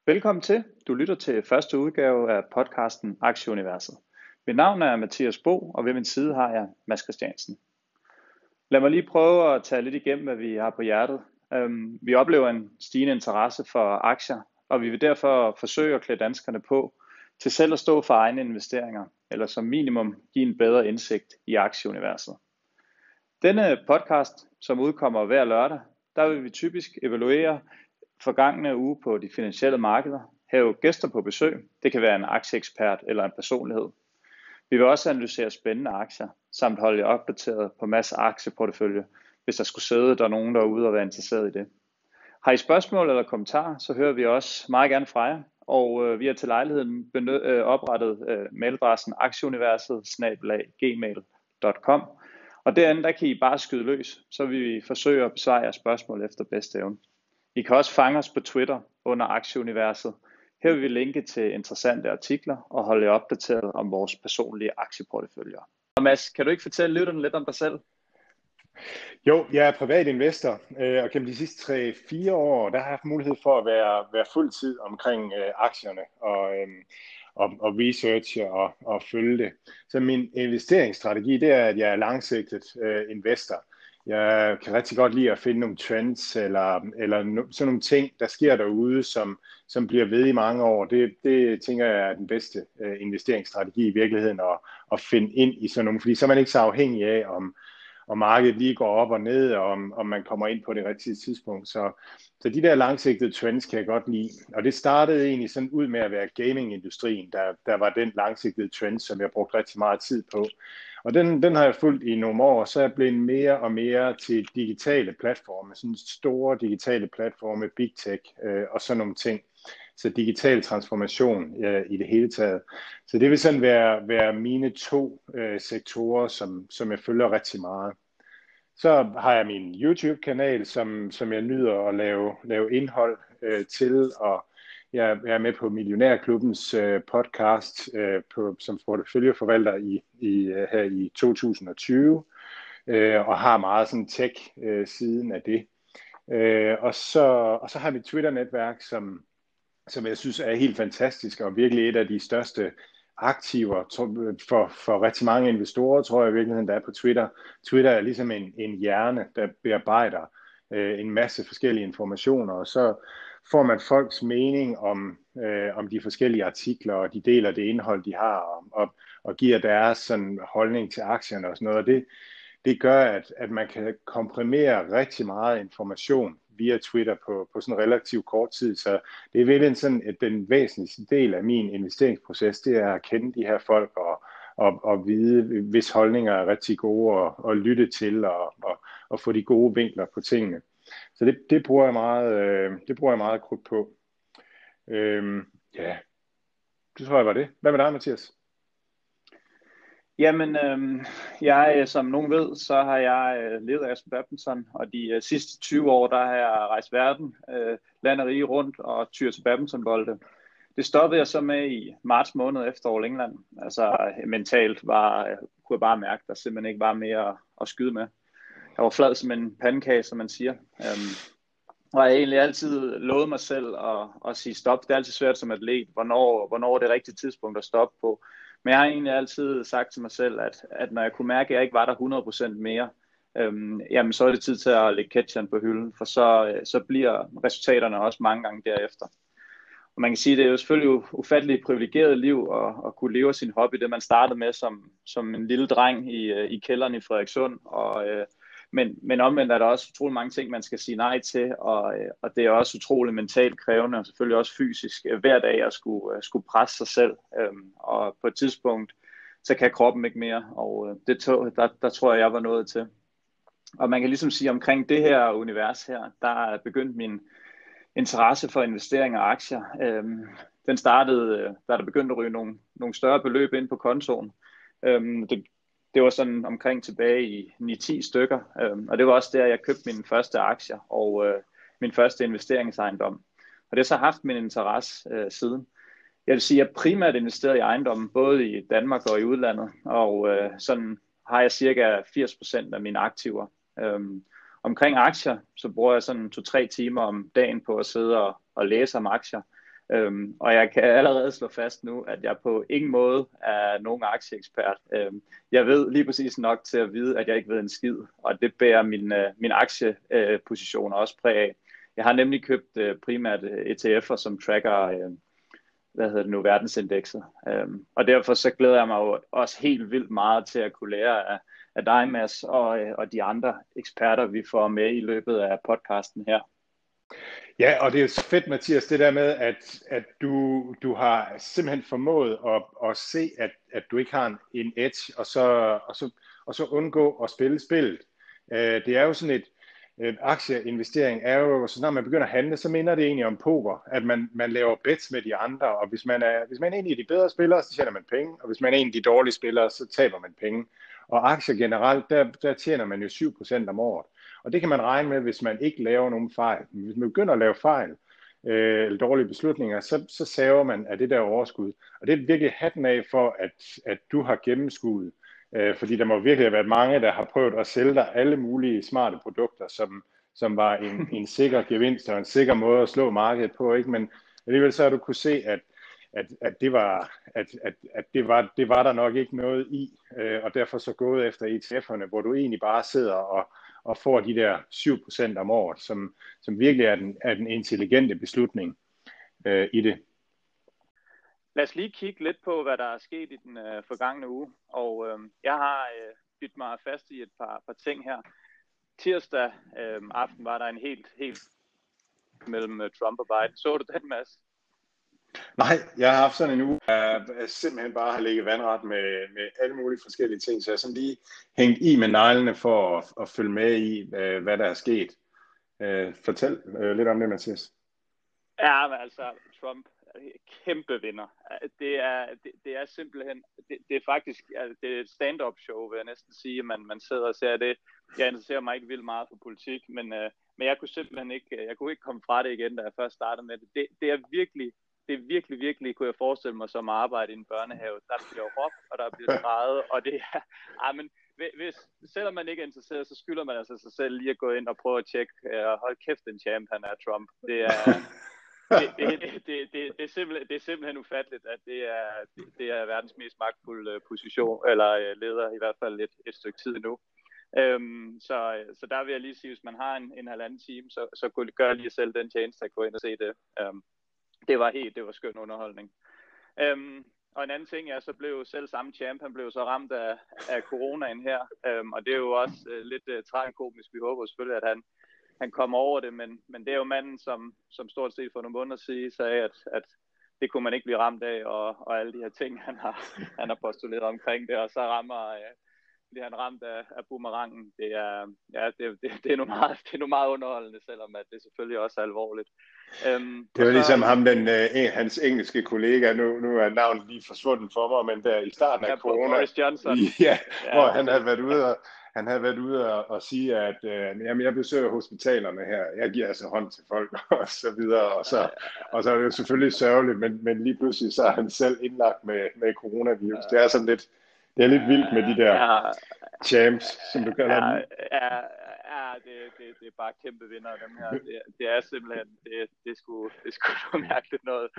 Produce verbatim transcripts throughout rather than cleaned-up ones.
Velkommen til. Du lytter til første udgave af podcasten Aktieuniverset. Mit navn er Mathias Bo, og ved min side har jeg Mads Christiansen. Lad mig lige prøve at tage lidt igennem, hvad vi har på hjertet. Vi oplever en stigende interesse for aktier, og vi vil derfor forsøge at klæde danskerne på til selv at stå for egne investeringer, eller som minimum give en bedre indsigt i aktieuniverset. Denne podcast, som udkommer hver lørdag, der vil vi typisk evaluere forgangne uge på de finansielle markeder, have gæster på besøg, det kan være en aktieekspert eller en personlighed. Vi vil også analysere spændende aktier, samt holde jer opdateret på masser af aktieportefølje, hvis der skulle sidde der nogen derude og være interesseret i det. Har I spørgsmål eller kommentarer, så hører vi også meget gerne fra jer, og øh, vi har til lejligheden benyt- øh, oprettet øh, mailadressen aktieuniverset snabel-a gmail punktum com, og derinde der kan I bare skyde løs, så vil vi forsøge at besvare jeres spørgsmål efter bedste evne. I kan også fange os på Twitter under Aktieuniverset. Her vil vi linke til interessante artikler og holde jer opdateret om vores personlige aktieporteføljer. Og Mads, kan du ikke fortælle lytterne lidt om dig selv? Jo, jeg er privat investor, og gennem de sidste tre fire år, der har jeg haft mulighed for at være, være fuldtid omkring øh, aktierne og, øh, og, og researche og, og følge det. Så min investeringsstrategi, det er, at jeg er langsigtet øh, investor. Jeg kan rigtig godt lide at finde nogle trends eller, eller no, sådan nogle ting, der sker derude, som, som bliver ved i mange år. Det, det tænker jeg er den bedste øh, investeringsstrategi i virkeligheden, at, at finde ind i sådan nogle, fordi så er man ikke så afhængig af, om, om markedet lige går op og ned, og om, om man kommer ind på det rigtige tidspunkt. Så, så de der langsigtede trends kan jeg godt lide. Og det startede egentlig sådan ud med at være gamingindustrien, der, der var den langsigtede trend, som jeg brugte rigtig meget tid på. Og den, den har jeg fulgt i nogle år, så er jeg blevet mere og mere til digitale platforme, sådan store digitale platforme, big tech øh, og sådan nogle ting. Så digital transformation øh, i det hele taget. Så det vil sådan være, være mine to øh, sektorer, som, som jeg følger rigtig meget. Så har jeg min YouTube-kanal, som, som jeg nyder at lave, lave indhold øh, til, og jeg er med på Millionærklubbens øh, podcast øh, på, som porteføljeforvalter i, i, øh, her i to tusind og tyve, øh, og har meget sådan tech-siden øh, af det. Øh, og, så, og så har vi Twitter-netværk, som, som jeg synes er helt fantastisk, og virkelig et af de største aktiver for, for rigtig mange investorer, tror jeg i virkeligheden, der er på Twitter. Twitter er ligesom en, en hjerne, der bearbejder øh, en masse forskellige informationer, og så får man folks mening om, øh, om de forskellige artikler, og de deler det indhold, de har, og, og, og giver deres sådan, holdning til aktierne og sådan noget. Og det, det gør, at, at man kan komprimere rigtig meget information via Twitter på, på sådan en relativt kort tid. Så det er virkelig sådan, at den væsentligste del af min investeringsproces, det er at kende de her folk og, og, og vide, hvis holdninger er rigtig gode, og, og lytte til og, og, og få de gode vinkler på tingene. Så det, det bruger jeg meget, øh, det bruger jeg meget krudt på. Øhm, ja, det tror jeg var det. Hvad med dig, Mathias? Jamen, øh, jeg, som nogen ved, så har jeg øh, levet af badminton, og de øh, sidste tyve år, der har jeg rejst verden, øh, land og rige rundt og tyr til badmintonbolde. Det stoppede jeg så med i marts måned efter All England. Altså mentalt var, jeg kunne jeg bare mærke, at der simpelthen ikke var mere at, at skyde med. Jeg var flad som en pandekage, som man siger. Um, og jeg har egentlig altid lovet mig selv at, at sige stop. Det er altid svært som atlet, hvornår, hvornår er det rigtige tidspunkt at stoppe på. Men jeg har egentlig altid sagt til mig selv, at, at når jeg kunne mærke, at jeg ikke var der hundrede procent mere, øhm, jamen så er det tid til at lægge ketcheren på hylden, for så, så bliver resultaterne også mange gange derefter. Og man kan sige, at det er jo selvfølgelig ufatteligt privilegeret liv at, at kunne leve af sin hobby, det man startede med som, som en lille dreng i, i kælderen i Frederikssund. Og, øh, men, men omvendt er der også utrolig mange ting, man skal sige nej til, og, øh, og det er også utrolig mentalt krævende, og selvfølgelig også fysisk øh, hver dag at skulle, øh, skulle presse sig selv. Øh, og på et tidspunkt, så kan kroppen ikke mere, og øh, det tog, der, der tror jeg, jeg var nået til. Og man kan ligesom sige, omkring det her univers her, der er begyndt min interesse for investeringer og aktier. Øhm, den startede, da der begyndte at ryge nogle, nogle større beløb ind på kontoen. Øhm, det, det var sådan omkring tilbage i ni ti stykker, øhm, og det var også der, jeg købte mine første aktier og øh, min første investeringsejendom. Og det har så haft min interesse øh, siden. Jeg vil sige, at jeg primært investeret i ejendommen, både i Danmark og i udlandet, og øh, sådan har jeg cirka firs procent af mine aktiver. Øhm, Omkring aktier, så bruger jeg sådan to-tre timer om dagen på at sidde og, og læse om aktier. Øhm, og jeg kan allerede slå fast nu, at jeg på ingen måde er nogen aktieekspert. Øhm, jeg ved lige præcis nok til at vide, at jeg ikke ved en skid, og det bærer min, øh, min aktiepositioner også præg af. Jeg har nemlig købt øh, primært øh, E T F'er, som tracker øh, hvad hedder det nu, verdensindekset. Øhm, og derfor så glæder jeg mig jo også helt vildt meget til at kunne lære af, af dig, Mads, og, øh, og de andre eksperter, vi får med i løbet af podcasten her. Ja, og det er jo så fedt, Mathias, det der med, at, at du, du har simpelthen formået at, at se, at, at du ikke har en, en edge, og så, og, så, og så undgå at spille spillet. Øh, det er jo sådan et, et aktieinvestering, er jo, så når man begynder at handle, så minder det egentlig om poker, at man, man laver bets med de andre, og hvis man, er, hvis man er en af de bedre spillere, så tjener man penge, og hvis man er en af de dårlige spillere, så taber man penge. Og aktier generelt, der, der tjener man jo syv procent om året. Og det kan man regne med, hvis man ikke laver nogen fejl. Men hvis man begynder at lave fejl, øh, eller dårlige beslutninger, så, så saver man af det der overskud. Og det er virkelig hatten af for, at, at du har gennemskuet. Øh, fordi der må virkelig have været mange, der har prøvet at sælge dig alle mulige smarte produkter, som, som var en, en sikker gevinst og en sikker måde at slå markedet på. Ikke? Men alligevel så har du kunne se, at At, at, det, var, at, at, at det, var, det var der nok ikke noget i, øh, og derfor så gået efter E T F'erne, hvor du egentlig bare sidder og, og får de der syv procent om året, som, som virkelig er den, er den intelligente beslutning øh, i det. Lad os lige kigge lidt på, hvad der er sket i den øh, forgangne uge, og øh, jeg har øh, bidt mig fast i et par, par ting her. Tirsdag øh, aften var der en helt, helt mellem uh, Trump og Biden. Så du den, Mads? Nej, jeg har haft sådan en uge, jeg simpelthen bare har ligget vandret med, med alle mulige forskellige ting, så jeg har sådan lige hængt i med neglene for at, at følge med i, hvad der er sket. Fortæl lidt om det, Mathias. Ja, men altså, Trump er kæmpe vinder. Det er, det, det er simpelthen, det, det er faktisk altså, det er et stand-up show, vil jeg næsten sige, man, man sidder og ser det. Jeg interesserer mig ikke vildt meget for politik, men, men jeg kunne simpelthen ikke, jeg kunne ikke komme fra det igen, da jeg først startede med det. Det, det er virkelig, det er virkelig, virkelig, kunne jeg forestille mig, som at arbejde i en børnehave. Der bliver råbt, og der bliver skreget, og det er, ah, men hvis, selvom man ikke er interesseret, så skylder man altså sig selv lige at gå ind og prøve at tjekke, og hold kæft, en champ, han er Trump. Det er, det, det, det, det, det, det, er simpelthen, det er simpelthen ufatteligt, at det er, det, det er verdens mest magtfulde position, eller leder i hvert fald et, et stykke tid nu. Øhm, så, så der vil jeg lige sige, hvis man har en, en halvanden time, så, så gør lige selv den tjeneste at gå ind og se det. Um, det var helt, det var skøn underholdning. Um, og en anden ting er, så blev selv samme champ, han blev så ramt af, af coronaen her, um, og det er jo også uh, lidt uh, tragikomisk. Vi håber selvfølgelig, at han, han kommer over det, men, men det er jo manden, som, som stort set for nogle måneder siden sagde, at, at det kunne man ikke blive ramt af, og, og alle de her ting, han har, han har postuleret omkring det, og så rammer... Uh, bliver han ramt af, af boomerangen. Det er, ja, det, det, det, er noget meget, det er noget meget underholdende, selvom at det selvfølgelig også er alvorligt. Um, det var ligesom ham, den, uh, hans engelske kollega, nu, nu er navnet lige forsvundet for mig, men der i starten af ja, corona, Boris Johnson. Ja, ja, hvor han havde været ude og, han havde været ude og, og sige, at uh, jamen, jeg besøger hospitalerne her, jeg giver altså hånd til folk, og så videre, og så, og så er det jo selvfølgelig sørgeligt, men, men lige pludselig så er han selv indlagt med, med coronavirus. Det er sådan lidt, det er lidt vildt med de der ja, champs, som du kalder ja, dem. Ja, ja det, det, det er bare kæmpe vinder dem her. Det, det er simpelthen, det, det, er sgu, det er sgu noget mærkeligt noget.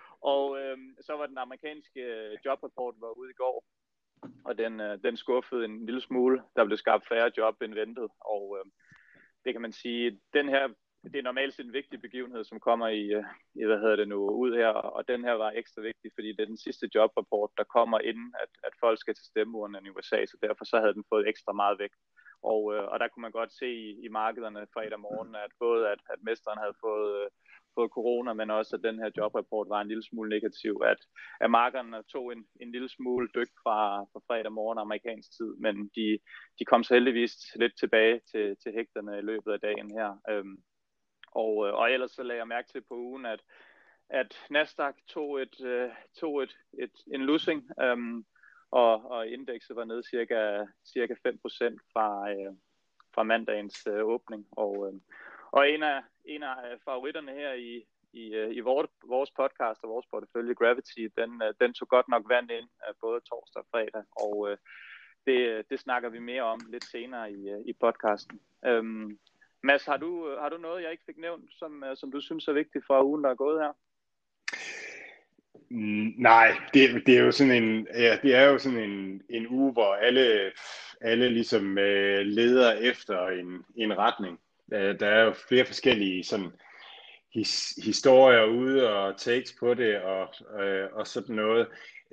Og øhm, så var den amerikanske jobrapport var ude i går, og den, den skuffede en lille smule. Der blev skabt færre job end ventet, og øhm, det kan man sige, den her, det er normalt en vigtig begivenhed, som kommer i, i, hvad hedder det nu, ud her, og den her var ekstra vigtig, fordi det er den sidste jobrapport, der kommer inden, at, at folk skal til stemmeurnerne i U S A, så derfor så havde den fået ekstra meget vægt. Og, øh, og der kunne man godt se i, i markederne fredag morgen, at både at, at mesteren havde fået, øh, fået corona, men også at den her jobrapport var en lille smule negativ, at, at markederne tog en, en lille smule dyk fra, fra fredag morgen amerikansk tid, men de, de kom så heldigvis lidt tilbage til, til hægterne i løbet af dagen her. Øhm, Og, og ellers så lagde jeg mærke til på ugen, at, at Nasdaq tog, et, uh, tog et, et, en losing, um, og, og indekset var nede cirka, cirka fem procent fra, uh, fra mandagens uh, åbning. Og, uh, og en, af, en af favoritterne her i, i, uh, i vores, vores podcast og vores portefølje, Gravity, den, uh, den tog godt nok vand ind uh, både torsdag og fredag, og uh, det, det snakker vi mere om lidt senere i, uh, i podcasten. Um, Mads, har du, har du noget, jeg ikke fik nævnt, som, som du synes er vigtigt for ugen, der er gået her? Mm, Nej, det, det er jo sådan en, ja, det er jo sådan en, en uge, hvor alle, alle ligesom øh, leder efter en, en retning. Øh, der er jo flere forskellige sådan his, historier ude og takes på det og, øh, og sådan noget.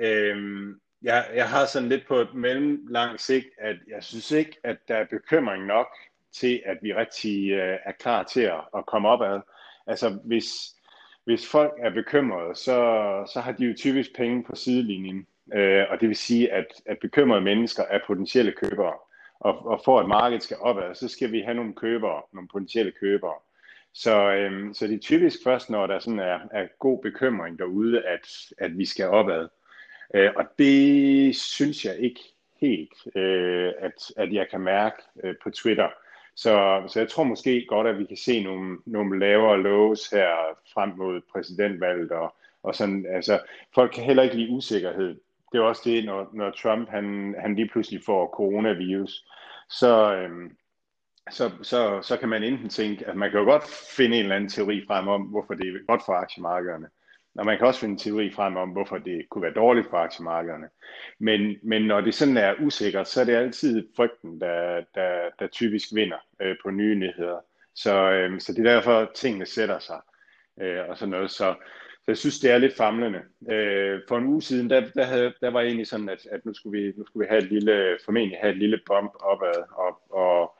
Øhm, jeg, jeg har sådan lidt på et mellemlang sigt, at jeg synes ikke, at der er bekymring nok til, at vi rigtig øh, er klar til at, at komme opad. Altså hvis, hvis folk er bekymrede, så, så har de jo typisk penge på sidelinjen. Øh, og det vil sige, at, at bekymrede mennesker er potentielle købere. Og, og for at markedet skal opad, så skal vi have nogle købere, nogle potentielle købere. Så, øhm, så det er typisk først, når der sådan er, er god bekymring derude, at, at vi skal opad. Øh, og det synes jeg ikke helt, øh, at, at jeg kan mærke øh, på Twitter. Så, så jeg tror måske godt, at vi kan se nogle, nogle lavere lows her frem mod præsidentvalget. Og, og sådan, altså, folk kan heller ikke lide usikkerhed. Det er også det, når, når Trump han, han lige pludselig får coronavirus. Så, øhm, så, så, så kan man enten tænke, at man kan jo godt finde en eller anden teori frem om, hvorfor det er godt for aktiemarkederne. Og man kan også finde en teori frem om, hvorfor det kunne være dårligt for aktiemarkederne. Men, men når det sådan er usikkert, så er det altid frygten, der, der, der typisk vinder øh, på nye nyheder. Så, øh, så det er derfor, tingene sætter sig øh, og sådan noget. Så, så jeg synes, det er lidt famlende. Øh, for en uge siden, der, der, havde, der var egentlig sådan, at, at nu, skulle vi, nu skulle vi have et lille, formentlig have et lille bump opad, og, og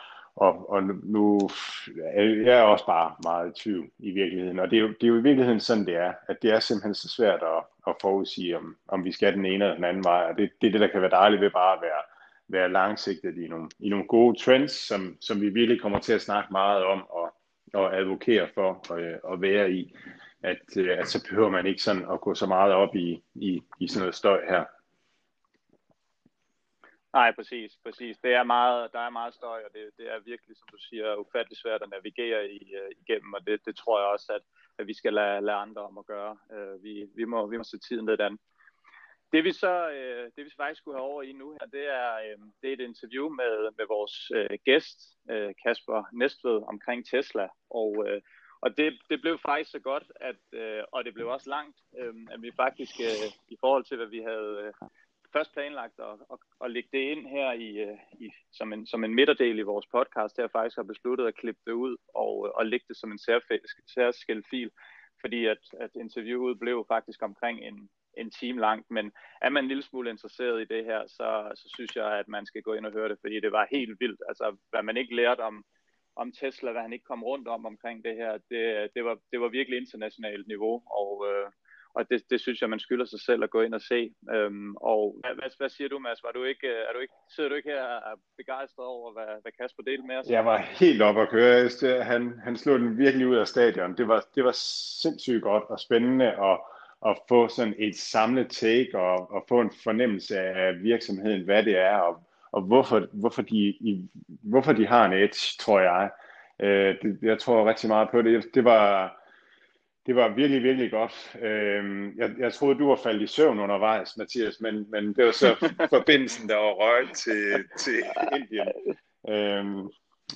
og, og nu jeg er også bare meget i tvivl i virkeligheden. Og det er, jo, det er jo i virkeligheden sådan, det er. At det er simpelthen så svært at, at forudsige, om, om vi skal den ene eller den anden vej. Og det, det er det, der kan være dejligt ved bare at være, være langsigtet i nogle, i nogle gode trends, som, som vi virkelig kommer til at snakke meget om og, og advokere for at, at være i. At, at så behøver man ikke sådan at gå så meget op i, i, i sådan noget støj her. Nej, præcis, præcis. Det er meget, der er meget støj, og det, det er virkelig, som du siger, ufattelig svært at navigere i, uh, igennem, og det, det tror jeg også, at, at vi skal lade, lade andre om at gøre. Uh, vi, vi, må, vi må se tiden lidt an. Det vi så, uh, det vi så faktisk skulle have over i nu her, det er, uh, det er et interview med, med vores uh, gæst, uh, Kasper Næstved, omkring Tesla, og uh, Og det, det blev faktisk så godt, at, uh, og det blev også langt, uh, at vi faktisk, uh, i forhold til, hvad vi havde uh, først planlagt at, at, at lægge det ind her i, i, som, en, som en midterdel i vores podcast, der faktisk har besluttet at klippe det ud og, og lægge det som en særskilt fil, fordi at, at interviewet blev faktisk omkring en, en time langt, men er man en lille smule interesseret i det her, så, så synes jeg, at man skal gå ind og høre det, fordi det var helt vildt, altså hvad man ikke lærte om, om Tesla, hvad han ikke kom rundt om omkring det her, det, det, var, det var virkelig internationalt niveau, og øh, Og det, det synes jeg, man skylder sig selv at gå ind og se. Øhm, og hvad, hvad, hvad siger du, Mads? Var du ikke, er du ikke, sidder du ikke her og er begejstret over, hvad, hvad Kasper delte med os? Jeg var helt op at køre. Han, han slog den virkelig ud af stadion. Det var, det var sindssygt godt og spændende at, at få sådan et samlet take og, og få en fornemmelse af virksomheden, hvad det er, og, og hvorfor, hvorfor, de, i, hvorfor de har en edge, tror jeg. Øh, det, jeg tror rigtig meget på det. Det var... Det var virkelig, virkelig godt. Øhm, jeg, jeg troede, du var faldet i søvn undervejs, Mathias, men, men det var så forbindelsen, der var røget til, til Indien. Øhm.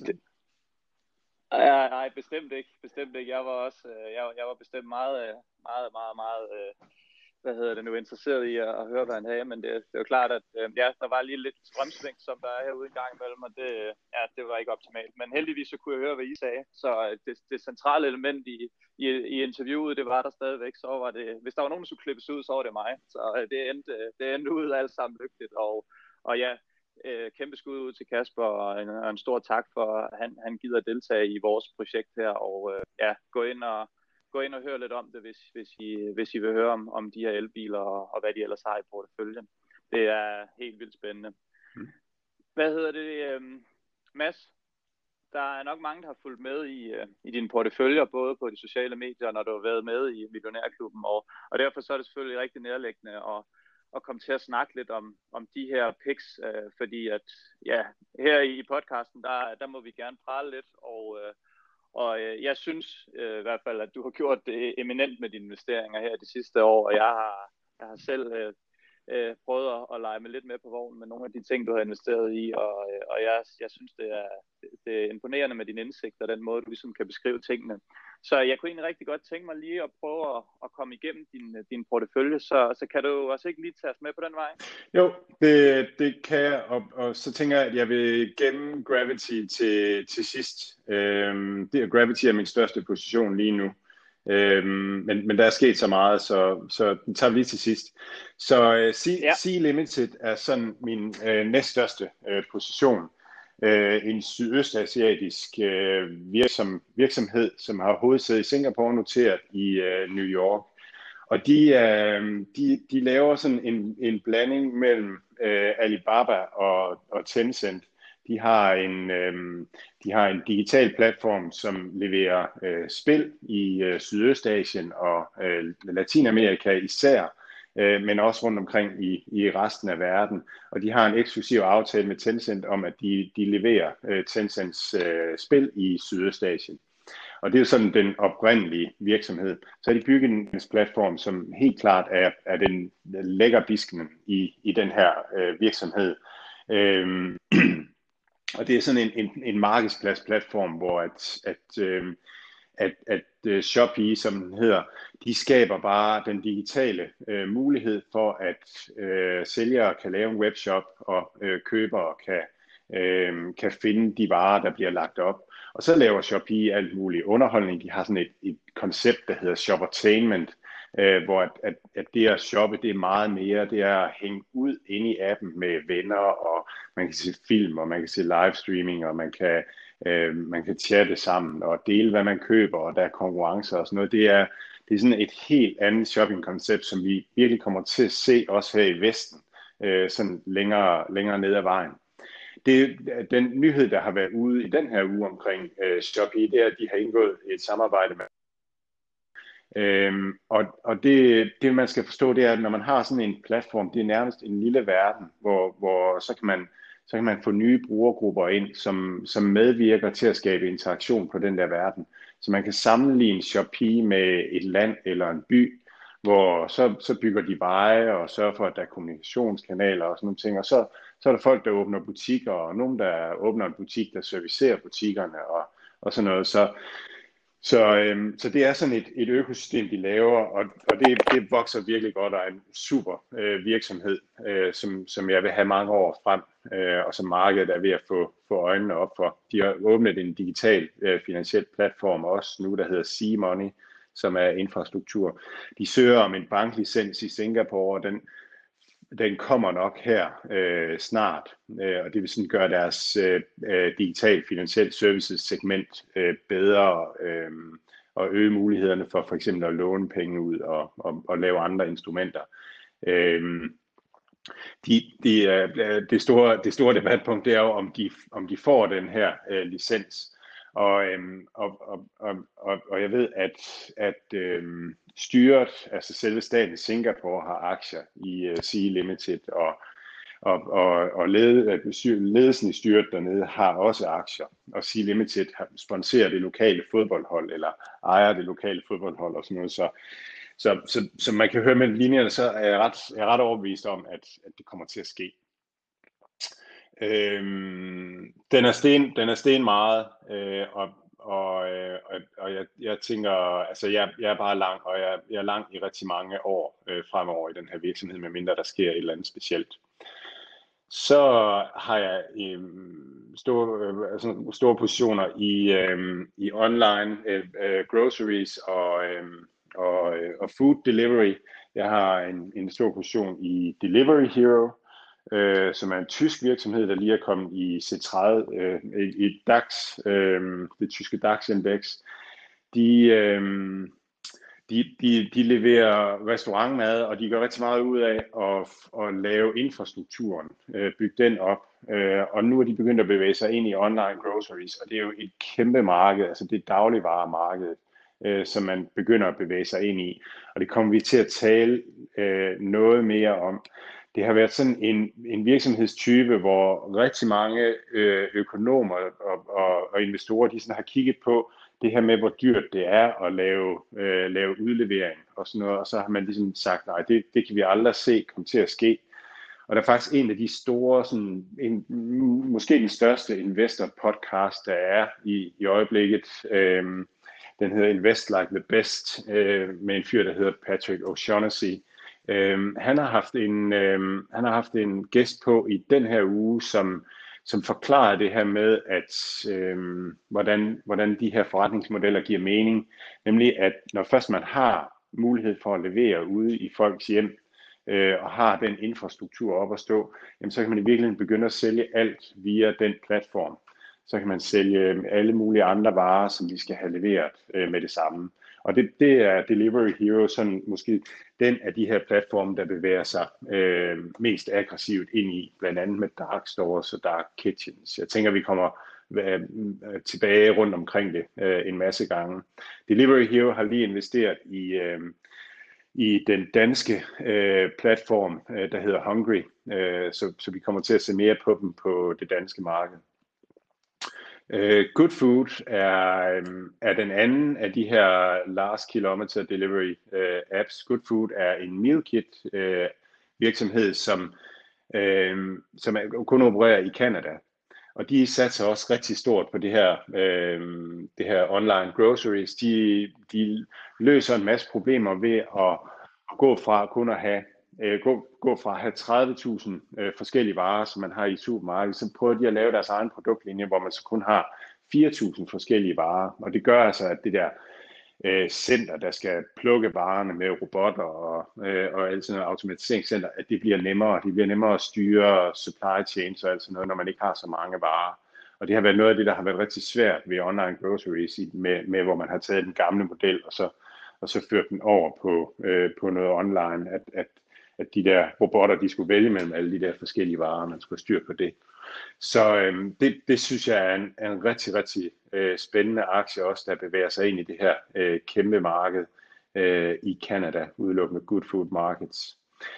Nej, nej, bestemt ikke. Bestemt ikke. Jeg var også, jeg, jeg var bestemt meget, meget, meget, meget, hvad hedder det nu, interesseret i at, at høre, hvad han havde, men det, det var klart, at ja, der var lige lidt strømsving, som der er herude en gang imellem, og det, ja, det var ikke optimalt. Men heldigvis så kunne jeg høre, hvad I sagde, så det, det centrale element i, i, i interviewet, det var der stadigvæk, så var det, hvis der var nogen, der skulle klippes ud, så var det mig. Så det endte, det endte ud alt sammen lykkeligt, og, og ja, kæmpe skud ud til Kasper, og en, og en stor tak for, at han, han gider at deltage i vores projekt her, og ja, gå ind og Gå ind og høre lidt om det, hvis, hvis, I, hvis I vil høre om, om de her elbiler, og, og hvad de ellers har i porteføljen. Det er helt vildt spændende. Mm. Hvad hedder det, øhm, Mads? Der er nok mange, der har fulgt med i, øh, i dine porteføljer, både på de sociale medier, når du har været med i Millionærklubben, og, og derfor så er det selvfølgelig rigtig nærliggende at, at komme til at snakke lidt om, om de her picks, øh, fordi at, ja, her i podcasten, der, der må vi gerne prale lidt, og øh, Og øh, jeg synes øh, i hvert fald, at du har gjort det eminent med dine investeringer her de sidste år, og jeg har, jeg har selv øh, øh, prøvet at, at lege med lidt med på vognen med nogle af de ting, du har investeret i, og, øh, og jeg, jeg synes, det er, det er imponerende med din indsigt og den måde, du ligesom kan beskrive tingene. Så jeg kunne egentlig rigtig godt tænke mig lige at prøve at, at komme igennem din, din portefølje, så, så kan du også ikke lige tage os med på den vej? Jo, det, det kan jeg, og, og så tænker jeg, at jeg vil gemme Gravity til, til sidst. Øhm, det, Gravity er min største position lige nu. Øhm, men, men der er sket så meget, så, så den tager vi lige til sidst. Så uh, Sea, Ja. Sea Limited er sådan min uh, næststørste uh, position. Uh, en sydøstasiatisk uh, virksom, virksomhed, som har hovedsæde i Singapore, noteret i uh, New York. Og de, uh, de, de laver sådan en, en blanding mellem uh, Alibaba og, og Tencent. De har en, øhm, de har en digital platform, som leverer øh, spil i øh, Sydøstasien og øh, Latinamerika især, øh, men også rundt omkring i, i resten af verden. Og de har en eksklusiv aftale med Tencent om, at de, de leverer øh, Tencents øh, spil i Sydøstasien. Og det er jo sådan den oprindelige virksomhed. Så har de bygget en platform, som helt klart er, er den lækkerbisken i, i den her øh, virksomhed. Øhm, Og det er sådan en, en, en markedspladsplatform, hvor at, at, øh, at, at uh, Shopee, som den hedder, de skaber bare den digitale øh, mulighed for, at øh, sælgere kan lave en webshop, og øh, købere kan, øh, kan finde de varer, der bliver lagt op. Og så laver Shopee alt muligt underholdning. De har sådan et, et koncept, der hedder Shoppertainment, øh, hvor at, at, at det at shoppe, det er meget mere, det er at hænge ud inde i appen med venner, og man kan se film, og man kan se livestreaming, og man kan, øh, man kan chatte sammen, og dele, hvad man køber, og der er konkurrencer og sådan noget. Det er, det er sådan et helt andet shoppingkoncept, som vi virkelig kommer til at se også her i Vesten, øh, sådan længere, længere ned ad vejen. Det, den nyhed, der har været ude i den her uge omkring øh, Shopee, det er, at de har indgået et samarbejde med. Øhm, og og det, det, man skal forstå, det er, at når man har sådan en platform, det er nærmest en lille verden, hvor, hvor så, kan man, så kan man få nye brugergrupper ind, som, som medvirker til at skabe interaktion på den der verden. Så man kan sammenligne Shopee med et land eller en by, hvor så, så bygger de veje og sørger for, at der er kommunikationskanaler og sådan nogle ting. Og så, så er der folk, der åbner butikker, og nogen, der åbner en butik, der servicerer butikkerne og, og sådan noget. Så, så, øhm, så det er sådan et, et økosystem, de laver, og, og det, det vokser virkelig godt og er en super øh, virksomhed, øh, som, som jeg vil have mange år frem, øh, og som markedet er ved at få, få øjnene op for. De har åbnet en digital øh, finansiel platform også nu, der hedder Sea Money, som er infrastruktur. De søger om en banklicens i Singapore, og den, den kommer nok her øh, snart, øh, og det vil sådan gøre deres øh, digital finansiel services segment øh, bedre, øh, og øge mulighederne for for eksempel at låne penge ud og, og, og lave andre instrumenter. Øh, de, de, øh, det, store, det store debatpunkt, det er jo, om de, om de får den her øh, licens. Og, øhm, og, og, og, og, og jeg ved, at, at øhm, styret, altså selve staten Singapore, har aktier i uh, Sea Limited, og, og, og, og led, ledelsen i styret dernede har også aktier. Og Sea Limited sponsorer det lokale fodboldhold, eller ejer det lokale fodboldhold og sådan noget. Så, så, så, så man kan høre med linjerne, så er jeg ret, jeg er ret overbevist om, at, at det kommer til at ske. Øhm, den er sten, den er sten meget, øh, og, og, øh, og, og jeg, jeg tænker, altså jeg, jeg er bare lang, og jeg, jeg er lang i rigtig mange år øh, fremover i den her virksomhed, medmindre der sker et eller andet specielt. Så har jeg øh, store, øh, altså store positioner i, øh, i online øh, øh, groceries og, øh, og, øh, og food delivery. Jeg har en, en stor position i Delivery Hero, Øh, som er en tysk virksomhed, der lige er kommet i C tredive, øh, i, i DAX, øh, det tyske DAX-indeks. De, øh, de, de, de leverer restaurantmad, og de gør rigtig meget ud af at, at lave infrastrukturen, øh, bygge den op. Øh, og nu er de begyndt at bevæge sig ind i online groceries, og det er jo et kæmpe marked, altså det er dagligvaremarkedet, øh, som man begynder at bevæge sig ind i. Og det kommer vi til at tale øh, noget mere om. Det har været sådan en, en virksomhedstype, hvor rigtig mange øh, økonomer og, og, og investorer, de sådan har kigget på det her med, hvor dyrt det er at lave, øh, lave udlevering og sådan noget, og så har man ligesom sagt, nej, det, det kan vi aldrig se komme til at ske. Og der er faktisk en af de store, sådan, en, måske den største investor-podcast, der er i, i øjeblikket. Øhm, den hedder Invest Like the Best, øh, med en fyr, der hedder Patrick O'Shaughnessy. Øhm, han, har haft en, øhm, han har haft en gæst på i den her uge, som, som forklarer det her med, at øhm, hvordan, hvordan de her forretningsmodeller giver mening. Nemlig, at når først man har mulighed for at levere ude i folks hjem, og har den infrastruktur op at stå, jamen så kan man i virkeligheden begynde at sælge alt via den platform. Så kan man sælge alle mulige andre varer, som vi skal have leveret øh, med det samme. Og det, det er Delivery Hero sådan måske den af de her platforme, der bevæger sig øh, mest aggressivt ind i, blandt andet med dark stores og dark kitchens. Jeg tænker, vi kommer øh, tilbage rundt omkring det øh, en masse gange. Delivery Hero har lige investeret i øh, i den danske øh, platform, øh, der hedder Hungry, øh, så, så vi kommer til at se mere på dem på det danske marked. Øh, Good Food er, øh, er den anden af de her last kilometer delivery øh, apps. Good Food er en meal kit øh, virksomhed, som, øh, som er, kun opererer i Canada. Og de satser også rigtig stort på det her, øh, det her online groceries. De, de løser en masse problemer ved at, at gå fra kun at have, øh, gå, gå fra at have tredive tusind øh, forskellige varer, som man har i supermarkedet, så prøver de at lave deres egen produktlinje, hvor man så kun har fire tusind forskellige varer. Og det gør altså, at det der øh, center, der skal plukke varerne med robotter og, øh, og alt sådan noget automatiseringscenter, at det bliver nemmere. Det bliver nemmere at styre supply chains og alt sådan noget, når man ikke har så mange varer. Og det har været noget af det, der har været rigtig svært ved online groceries, med, med hvor man har taget den gamle model og så, og så ført den over på, øh, på noget online, at, at, at de der robotter, de skulle vælge mellem alle de der forskellige varer, man skulle styre på det. Så øhm, det, det synes jeg er en, en rigtig, rigtig øh, spændende aktie også, der bevæger sig ind i det her øh, kæmpe marked øh, i Canada, udelukkende Good Food Markets.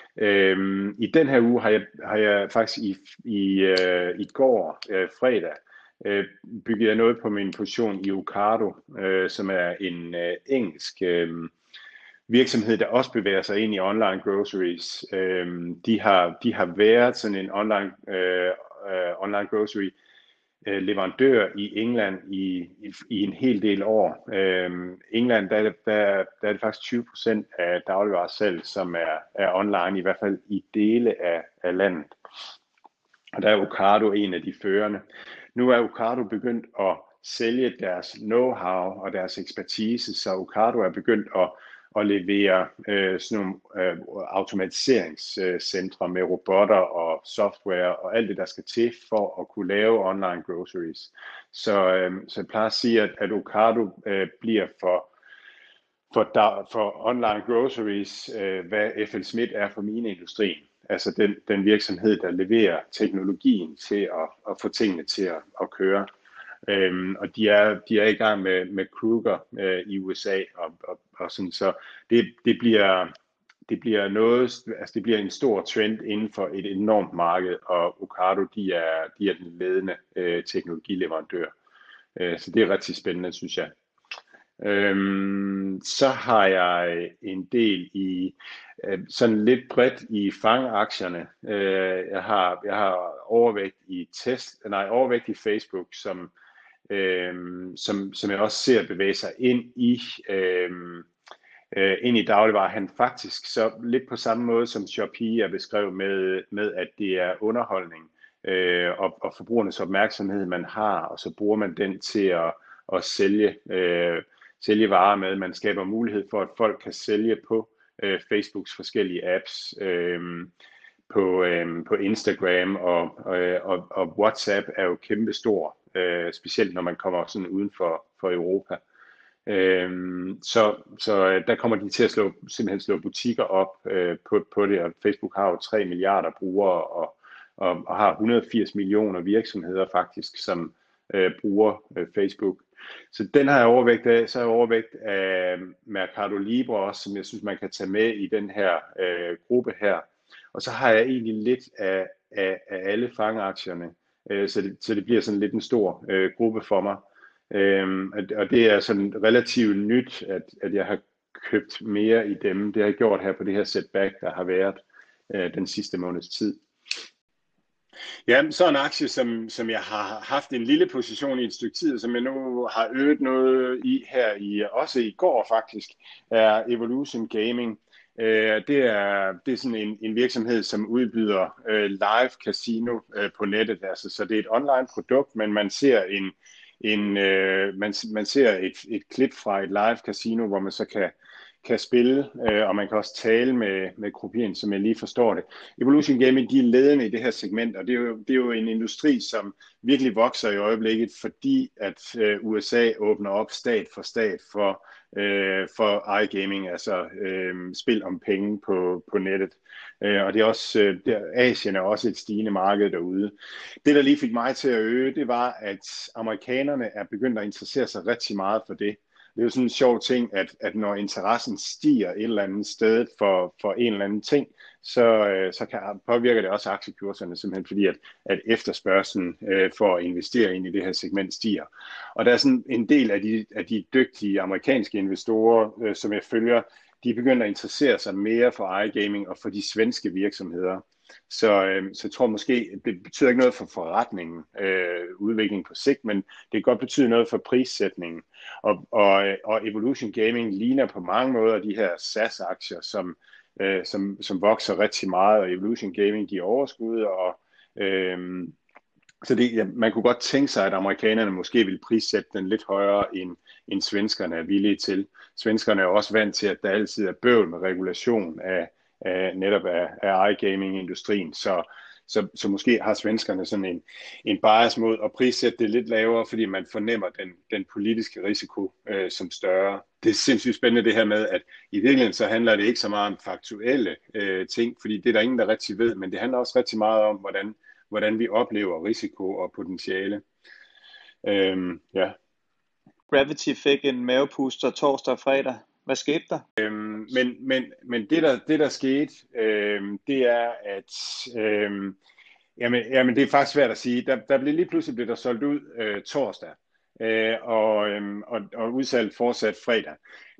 Øhm, I den her uge har jeg, har jeg faktisk i, i, øh, i går, øh, fredag, øh, bygget jeg noget på min position i Ocado, øh, som er en øh, engelsk øh, virksomhed, der også bevæger sig ind i online groceries. Øh, de, har, de har været sådan en online øh, Uh, online grocery uh, leverandør i England i, i, i en hel del år. Uh, England, der, der, der er det faktisk tyve procent af dagligvaresalg, som er, er online, i hvert fald i dele af, af landet. Og der er Ocado en af de førende. Nu er Ocado begyndt at sælge deres know-how og deres ekspertise, så Ocado er begyndt at og levere øh, sådan nogle øh, automatiseringscentre med robotter og software og alt det, der skal til for at kunne lave online groceries. Så, øh, så jeg plejer at sige, at, at Ocado øh, bliver for, for, da, for online groceries, øh, hvad F L Smith er for mineindustrien. Altså den, den virksomhed, der leverer teknologien til at, at få tingene til at, at køre. Øhm, og de er, de er i gang med, med Kruger øh, i U S A, og, og, og sådan, så det, det, bliver, det bliver noget, altså det bliver en stor trend inden for et enormt marked, og Ocado, de er, de er den ledende øh, teknologileverandør. Øh, så det er rigtig spændende, synes jeg. Øhm, så har jeg en del i øh, sådan lidt bredt i fangaktierne. Øh, jeg har jeg har overvægt i test, nej overvægt i Facebook, som Øhm, som, som jeg også ser bevæge sig ind i øhm, øh, ind i dagligvarehandel, faktisk så lidt på samme måde som Shopee er beskrevet med, med at det er underholdning øh, og, og forbrugernes opmærksomhed man har, og så bruger man den til at, at sælge, øh, sælge varer med. Man skaber mulighed for, at folk kan sælge på øh, Facebooks forskellige apps, øh, på, øh, på Instagram og, og, og, og WhatsApp er jo kæmpe stor. Øh, specielt når man kommer sådan uden for, for Europa. Øh, så, så der kommer de til at slå, simpelthen slå butikker op øh, på, på det, og Facebook har jo tre milliarder brugere, og, og, og har et hundrede og firs millioner virksomheder faktisk, som øh, bruger øh, Facebook. Så den har jeg overvægt af. Så har jeg overvægt af Mercado Libre også, som jeg synes, man kan tage med i den her øh, gruppe her. Og så har jeg egentlig lidt af, af, af alle fangaktierne. Så det, så det bliver sådan lidt en stor øh, gruppe for mig. Øhm, og og det er sådan relativt nyt, at, at jeg har købt mere i dem. Det har jeg gjort her på det her setback, der har været øh, den sidste måneds tid. Ja, så en aktie, som, som jeg har haft en lille position i et stykke tid, som jeg nu har øget noget i her i, også i går faktisk, er Evolution Gaming. Øh, det, er, det er sådan en, en virksomhed, som udbyder øh, live casino øh, på nettet. Altså, så det er et online produkt, men man ser en, en øh, man, man ser et, et klip fra et live casino, hvor man så kan kan spille, øh, og man kan også tale med, med grupperingen, som jeg lige forstår det. Evolution Gaming, de er ledende i det her segment, og det er jo, det er jo en industri, som virkelig vokser i øjeblikket, fordi at øh, U S A åbner op stat for stat for, øh, for iGaming, altså øh, spil om penge på, på nettet. Øh, og det er også, øh, der, Asien er også et stigende marked derude. Det, der lige fik mig til at øge, det var, at amerikanerne er begyndt at interessere sig rigtig meget for det. Det er jo sådan en sjov ting, at, at når interessen stiger et eller andet sted for, for en eller anden ting, så, øh, så kan, påvirker det også aktiekurserne, simpelthen fordi, at, at efterspørgselen øh, for at investere ind i det her segment stiger. Og der er sådan en del af de, af de dygtige amerikanske investorer, øh, som jeg følger, de begynder at interessere sig mere for iGaming og for de svenske virksomheder. Så, øh, så jeg tror måske, det betyder ikke noget for forretningen, øh, udviklingen på sigt, men det kan godt betyde noget for prissætningen. Og, og, og Evolution Gaming ligner på mange måder de her SaaS-aktier, som, øh, som, som vokser rigtig meget, og Evolution Gaming giver overskud. Og, øh, så det, ja, man kunne godt tænke sig, at amerikanerne måske vil prissætte den lidt højere, end, end svenskerne er villige til. Svenskerne er også vant til, at der altid er bøvl med regulation af Af, netop af, af iGaming-industrien, så, så, så måske har svenskerne sådan en, en bias mod at prissætte det lidt lavere, fordi man fornemmer den, den politiske risiko øh, som større. Det er sindssygt spændende det her med, at i virkeligheden så handler det ikke så meget om faktuelle øh, ting, fordi det er der ingen, der rigtig ved, men det handler også rigtig meget om, hvordan, hvordan vi oplever risiko og potentiale. Øhm, ja. Gravity fik en mavepuster torsdag og fredag. Hvad skete der? Øhm, men men, men det, der, det, der skete, øhm, det er, at øhm, jamen, jamen, det er faktisk svært at sige. Der, der blev lige pludselig blev der solgt ud øh, torsdag, øh, og, øhm, og, og udsalget fortsat fredag.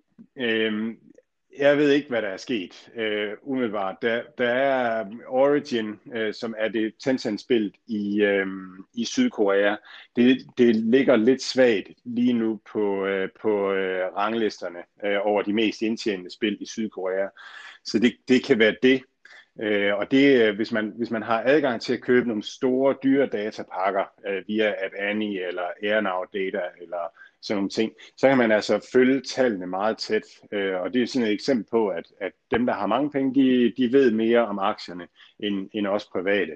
Øhm, jeg ved ikke, hvad der er sket øh, umiddelbart. Der, der er Origin, øh, som er det Tencent-spil i, øh, i Sydkorea. Det, det ligger lidt svagt lige nu på, øh, på øh, ranglisterne øh, over de mest indtjenende spil i Sydkorea. Så det, det kan være det. Øh, og det, hvis man, hvis man har adgang til at købe nogle store, dyre datapakker øh, via AppAni eller AirNow Data eller sådan nogle ting, så kan man altså følge tallene meget tæt. Øh, og det er sådan et eksempel på, at, at dem, der har mange penge, de, de ved mere om aktierne end, end os private.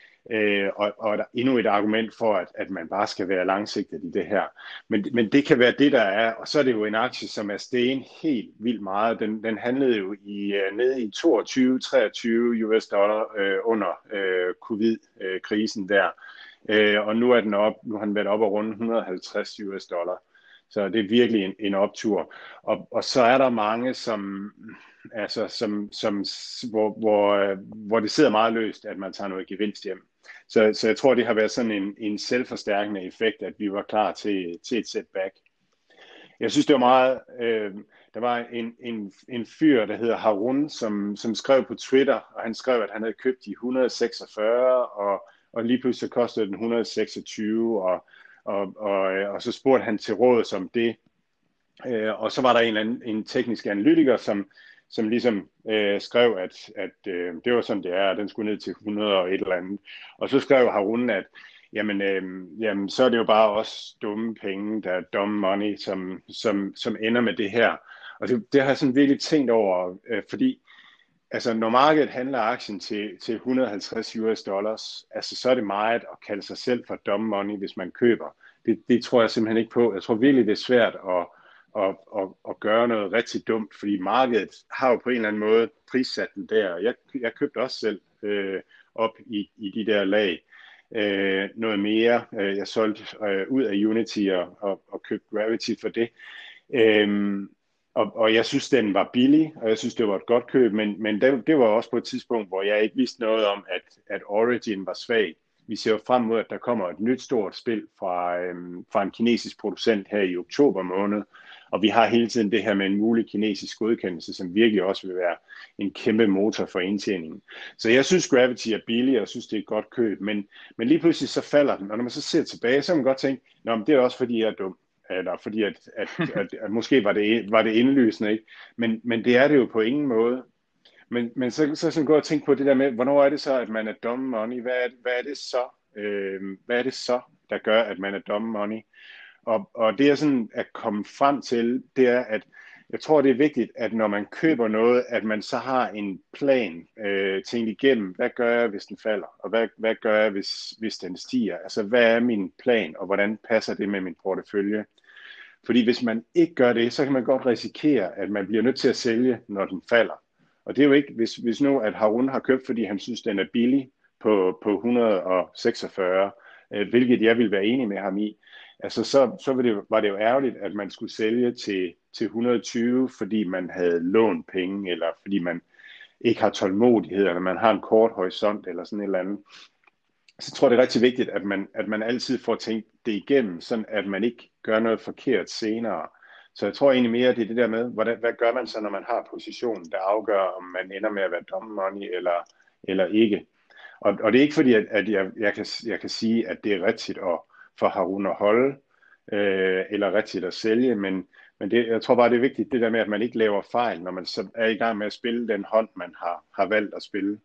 Øh, og, og der er endnu et argument for, at, at man bare skal være langsigtet i det her. Men, men det kan være det, der er. Og så er det jo en aktie, som er steget helt vildt meget. Den, den handlede jo i, uh, nede i toogtyve til treogtyve U S dollar uh, under uh, covid-krisen der. Uh, og nu er den op, nu har den været op og rundt et hundrede og halvtreds U S dollar. Så det er virkelig en, en optur. Og, og så er der mange, som, altså, som, som, hvor, hvor, hvor det sidder meget løst, at man tager noget gevinst hjem. Så, så jeg tror, det har været sådan en, en selvforstærkende effekt, at vi var klar til, til et setback. Jeg synes, det var meget... Øh, der var en, en, en fyr, der hedder Harun, som, som skrev på Twitter, og han skrev, at han havde købt de et hundrede og seksogfyrre, og, og lige pludselig kostede den et hundrede og seksogtyve, og Og, og, og så spurgte han til råd om det. Øh, og så var der en, anden, en teknisk analytiker, som, som ligesom øh, skrev, at, at øh, det var sådan, det er, og den skulle ned til hundrede og et eller andet. Og så skrev Harun, at jamen, øh, jamen, så er det jo bare også dumme penge, der er dumb money, som, som, som ender med det her. Og det, det har jeg sådan virkelig tænkt over, øh, fordi altså, når markedet handler aktien til, til et hundrede og halvtreds U S dollars, altså, så er det meget at kalde sig selv for dumb money, hvis man køber. Det, det tror jeg simpelthen ikke på. Jeg tror virkelig, det er svært at, at, at, at gøre noget rigtig dumt, fordi markedet har jo på en eller anden måde prissat den der. Jeg, jeg købte også selv øh, op i, i de der lag øh, noget mere. Jeg solgte øh, ud af Unity og, og, og købte Gravity for det. Øh, Og, og jeg synes, den var billig, og jeg synes, det var et godt køb, men, men det, det var også på et tidspunkt, hvor jeg ikke vidste noget om, at, at Origin var svag. vi ser jo frem mod, at der kommer et nyt stort spil fra, øhm, fra en kinesisk producent her i oktober måned, og vi har hele tiden det her med en mulig kinesisk godkendelse, som virkelig også vil være en kæmpe motor for indtjeningen. Så jeg synes, Gravity er billig, og jeg synes, det er et godt køb, men, men lige pludselig så falder den, og når man så ser tilbage, så kan man godt tænke, nå, men det er også fordi, jeg er dum, eller fordi, at, at, at, at måske var det, var det indlysende, ikke? Men, men det er det jo på ingen måde. Men, men så, så sådan gå og tænke på det der med, hvornår er det så, at man er dumb money? Hvad er, hvad er det så, øh, hvad er det så, der gør, at man er dumb money? Og, og det jeg sådan er kommet frem til, det er, at jeg tror, det er vigtigt, at når man køber noget, at man så har en plan øh, tænkt igennem, hvad gør jeg, hvis den falder? Og hvad, hvad gør jeg, hvis, hvis den stiger? Altså, hvad er min plan, og hvordan passer det med min portefølje? Fordi hvis man ikke gør det, så kan man godt risikere, at man bliver nødt til at sælge, når den falder. Og det er jo ikke, hvis, hvis nu at Harun har købt, fordi han synes, den er billig på, på et hundrede og seksogfyrre, øh, hvilket jeg vil være enig med ham i, altså så, så var, det, var det jo ærgerligt, at man skulle sælge til, til et hundrede og tyve, fordi man havde lånt penge, eller fordi man ikke har tålmodighed, eller man har en kort horisont, eller sådan et eller andet. Så jeg tror, det er rigtig vigtigt, at man, at man altid får tænkt det igennem, sådan at man ikke gør noget forkert senere. Så jeg tror egentlig mere, det er det der med, hvordan, hvad gør man så, når man har positionen, der afgør, om man ender med at være dumb money eller, eller ikke. Og, og det er ikke fordi, at, at jeg, jeg, kan, jeg kan sige, at det er rigtigt at, for Harun at holde, øh, eller rigtigt at sælge, men, men det, jeg tror bare, det er vigtigt, det der med, at man ikke laver fejl, når man så er i gang med at spille den hånd, man har, har valgt at spille.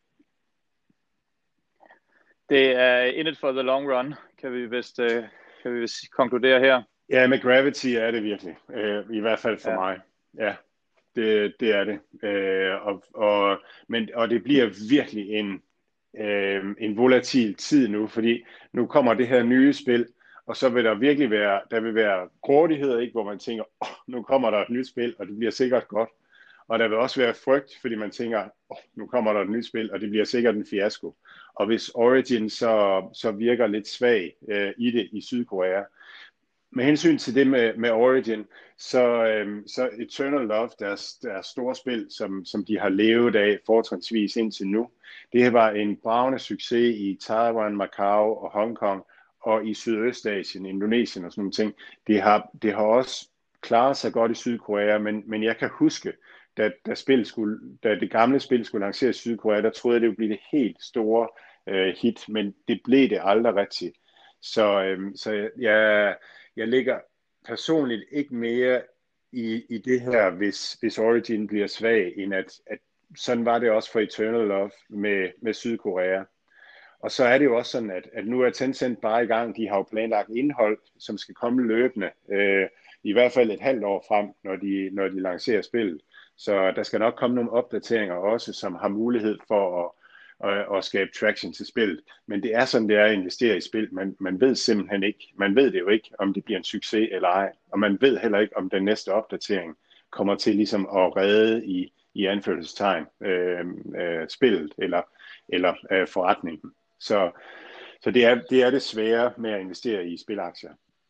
Det er in it for the long run, kan vi vist, øh, kan vi vist konkludere her. Ja, med Gravity er det virkelig. Øh, I hvert fald for ja. mig. Ja, det, det er det. Øh, og, og, men, og det bliver virkelig en, øh, en volatil tid nu, fordi nu kommer det her nye spil, og så vil der virkelig være, der vil være grådighed, ikke, hvor man tænker, oh, nu kommer der et nyt spil, og det bliver sikkert godt. Og der vil også være frygt, fordi man tænker, oh, nu kommer der et nyt spil, og det bliver sikkert en fiasko. Og hvis Origin så, så virker lidt svag øh, i det i Sydkorea, med hensyn til det med, med Origin, så, øhm, så Eternal Love, deres, deres store spil, som, som de har levet af fortrinsvis indtil nu, det var en bravende succes i Taiwan, Macau og Hongkong, og i Sydøstasien, Indonesien og sådan nogle ting. Det har, det har også klaret sig godt i Sydkorea, men, men jeg kan huske, da, da, spil skulle, da det gamle spil skulle lanceres i Sydkorea, der troede jeg, det ville blive det helt store øh, hit, men det blev det aldrig rigtigt. Så, øhm, så jeg... Jeg ligger personligt ikke mere i, i det her, hvis, hvis Origin bliver svag, end at, at sådan var det også for Eternal Love med, med Sydkorea. Og så er det jo også sådan, at, at nu er Tencent bare i gang. De har jo planlagt indhold, som skal komme løbende, øh, i hvert fald et halvt år frem, når de, når de lancerer spillet. Så der skal nok komme nogle opdateringer også, som har mulighed for at Og, og skabe traction til spillet. Men det er sådan, det er at investere i spil. Man, man ved simpelthen ikke, man ved det jo ikke, om det bliver en succes eller ej. Og man ved heller ikke, om den næste opdatering kommer til ligesom at redde i, i anførselstegn øh, øh, spillet eller, eller øh, forretningen. Så, så det, er, det er det svære med at investere i spilaktier.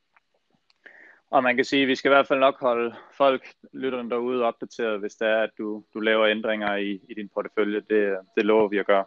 Og man kan sige, at vi skal i hvert fald nok holde folk, lytterne derude, opdateret, hvis det er, at du, du laver ændringer i, i din portefølje. Det, det lover vi at gøre.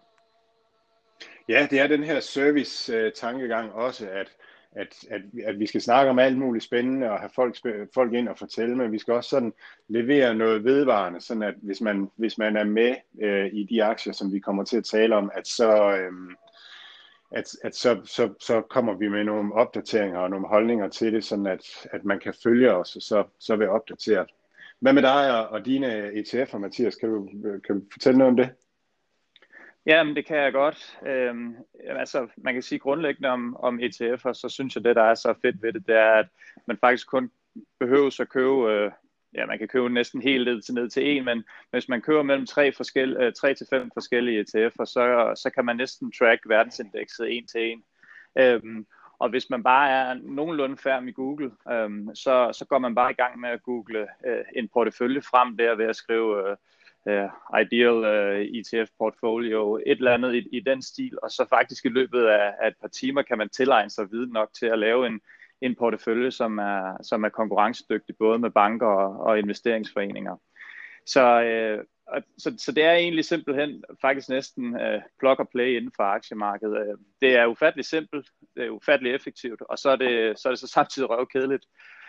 Ja, det er den her service-tankegang også, at, at, at, at vi skal snakke om alt muligt spændende og have folk, folk ind og fortælle, men vi skal også sådan levere noget vedvarende, sådan at hvis man, hvis man er med øh, i de aktier, som vi kommer til at tale om, at så... Øh, at, at så, så, så kommer vi med nogle opdateringer og nogle holdninger til det, sådan at, at man kan følge os, og så, så vil opdatere. Hvad med dig og dine E T F'er, Mathias? Kan du, kan du fortælle noget om det? Jamen, det kan jeg godt. Øhm, altså, man kan sige grundlæggende om, om E T F'er, så synes jeg, det der er så fedt ved det, det er, at man faktisk kun behøver at købe... Øh, Ja, man kan købe næsten helt ned til, ned til en, men hvis man køber mellem tre, forskel, øh, tre til fem forskellige E T F'er, så, så kan man næsten track verdensindekset en til en. Øhm, og hvis man bare er nogenlunde færdig i Google, øhm, så, så går man bare i gang med at google øh, en portefølje frem der ved at skrive øh, øh, ideal øh, E T F portfolio, et eller andet i, i den stil, og så faktisk i løbet af, af et par timer kan man tilegne sig viden nok til at lave en en portefølje, som er, som er konkurrencedygtig både med banker og, og investeringsforeninger. Så øh, og, så, så det er egentlig simpelthen faktisk næsten uh, plug and play inden for aktiemarkedet. Uh, det er ufatteligt simpelt, det er ufatteligt effektivt, og så er det så, er det så samtidig røvkedeligt.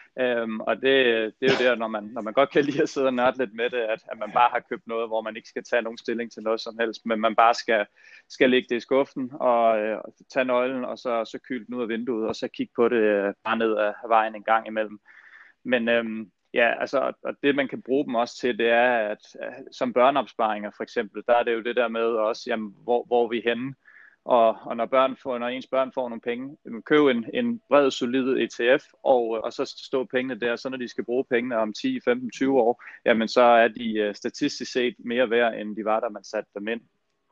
Um, og det, det er jo der, når man, når man godt kan lide at sidde og nørde lidt med det, at, at man bare har købt noget, hvor man ikke skal tage nogen stilling til noget som helst, men man bare skal, skal lægge det i skuffen og uh, tage nøglen, og så, så kyle den ud af vinduet, og så kigge på det uh, bare ned ad vejen en gang imellem. Men um, ja, altså, og det man kan bruge dem også til, det er, at uh, som børneopsparinger for eksempel, der er det jo det der med også, jamen, hvor, hvor er vi henne? Og, og når, børn får, når ens børn får nogle penge, køb en, en bred, solid E T F, og, og så stå pengene der, så når de skal bruge pengene om ti, femten, tyve år, jamen så er de uh, statistisk set mere værd, end de var, da man satte dem ind.